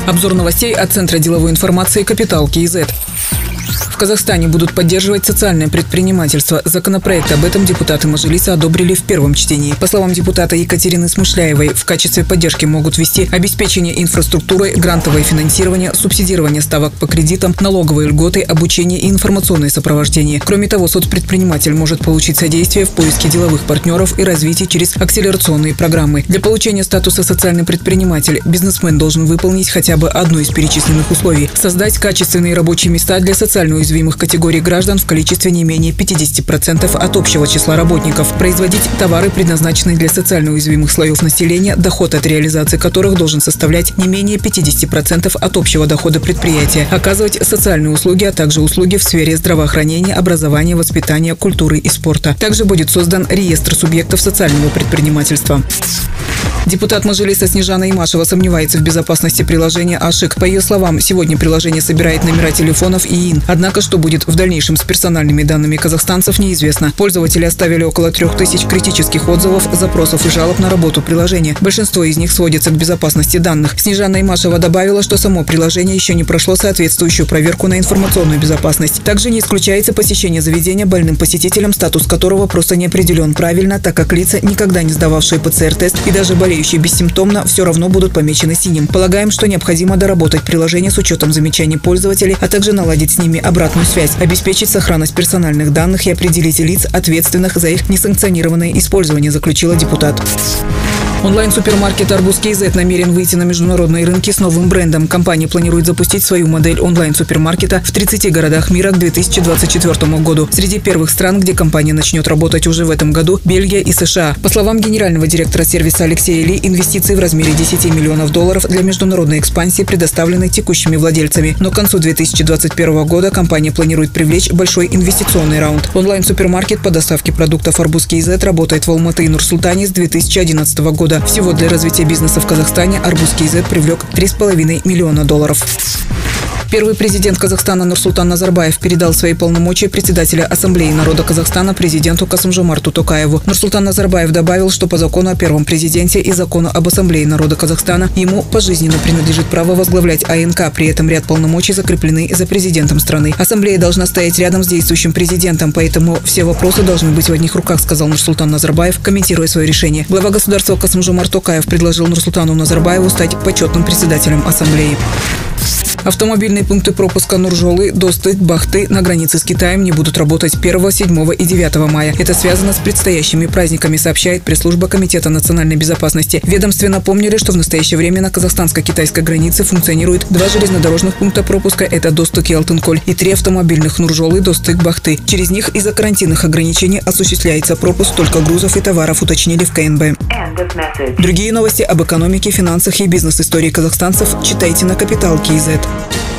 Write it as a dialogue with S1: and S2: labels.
S1: Обзор новостей от Центра деловой информации «Капитал КИЗ». В Казахстане будут поддерживать социальное предпринимательство. Законопроект об этом депутаты Мажилиса одобрили в первом чтении. По словам депутата Екатерины Смышляевой, в качестве поддержки могут вести обеспечение инфраструктурой, грантовое финансирование, субсидирование ставок по кредитам, налоговые льготы, обучение и информационное сопровождение. Кроме того, соцпредприниматель может получить содействие в поиске деловых партнеров и развитии через акселерационные программы. Для получения статуса социальный предприниматель бизнесмен должен выполнить хотя бы одно из перечисленных условий – создать качественные рабочие места для социально уязвимых категорий граждан в количестве не менее 50% от общего числа работников, производить товары, предназначенные для социально уязвимых слоев населения, доход от реализации которых должен составлять не менее 50% от общего дохода предприятия, оказывать социальные услуги, а также услуги в сфере здравоохранения, образования, воспитания, культуры и спорта. Также будет создан реестр субъектов социального предпринимательства. Депутат Мажилиса Снежана Имашева сомневается в безопасности приложения «Ашик». По ее словам, сегодня приложение собирает номера телефонов и ИИН. Однако, что будет в дальнейшем с персональными данными казахстанцев, неизвестно. Пользователи оставили около 3000 критических отзывов, запросов и жалоб на работу приложения. Большинство из них сводится к безопасности данных. Снежана Имашева добавила, что само приложение еще не прошло соответствующую проверку на информационную безопасность. Также не исключается посещение заведения больным посетителем, статус которого просто не определен правильно, так как лица, никогда не сдававшие ПЦР-тест и даже болеющие бессимптомно, все равно будут помечены синим. Полагаем, что необходимо доработать приложение с учетом замечаний пользователей, а также наладить с ними обратную связь, обеспечить сохранность персональных данных и определить лиц, ответственных за их несанкционированное использование, заключила депутат. Онлайн-супермаркет «Арбуз КИЗ» намерен выйти на международные рынки с новым брендом. Компания планирует запустить свою модель онлайн-супермаркета в 30 городах мира к 2024 году. Среди первых стран, где компания начнет работать уже в этом году, Бельгия и США. По словам генерального директора сервиса Алексея Ли, инвестиции в размере $10 миллионов для международной экспансии предоставлены текущими владельцами. Но к концу 2021 года компания планирует привлечь большой инвестиционный раунд. Онлайн-супермаркет по доставке продуктов «Арбуз КИЗ» работает в Алматы и Нур-Султане с 2011 года. Всего для развития бизнеса в Казахстане «Арбуз КИЗ» привлек $3,5 миллиона. Первый президент Казахстана Нурсултан Назарбаев передал свои полномочия председателя Ассамблеи народа Казахстана президенту Касым-Жомарту Токаеву. Нурсултан Назарбаев добавил, что по закону о первом президенте и закону об Ассамблее народа Казахстана ему пожизненно принадлежит право возглавлять АНК. При этом ряд полномочий закреплены за президентом страны. Ассамблея должна стоять рядом с действующим президентом, поэтому все вопросы должны быть в одних руках, сказал Нурсултан Назарбаев, комментируя свое решение. Глава государства Касым-Жомарт Токаев предложил Нурсултану Назарбаеву стать почетным председателем Ассамблеи. Автомобильные пункты пропуска Нуржолы, Достык, Бахты на границе с Китаем не будут работать 1, 7 и 9 мая. Это связано с предстоящими праздниками, сообщает пресс-служба Комитета национальной безопасности. В ведомстве напомнили, что в настоящее время на казахстанско-китайской границе функционирует 2 железнодорожных пункта пропуска – это Достык и Алтынколь, и 3 автомобильных Нуржолы, Достык, Бахты. Через них из-за карантинных ограничений осуществляется пропуск только грузов и товаров, уточнили в КНБ. Другие новости об экономике, финансах и бизнес-истории казахстанцев читайте на Капитал КИЗ.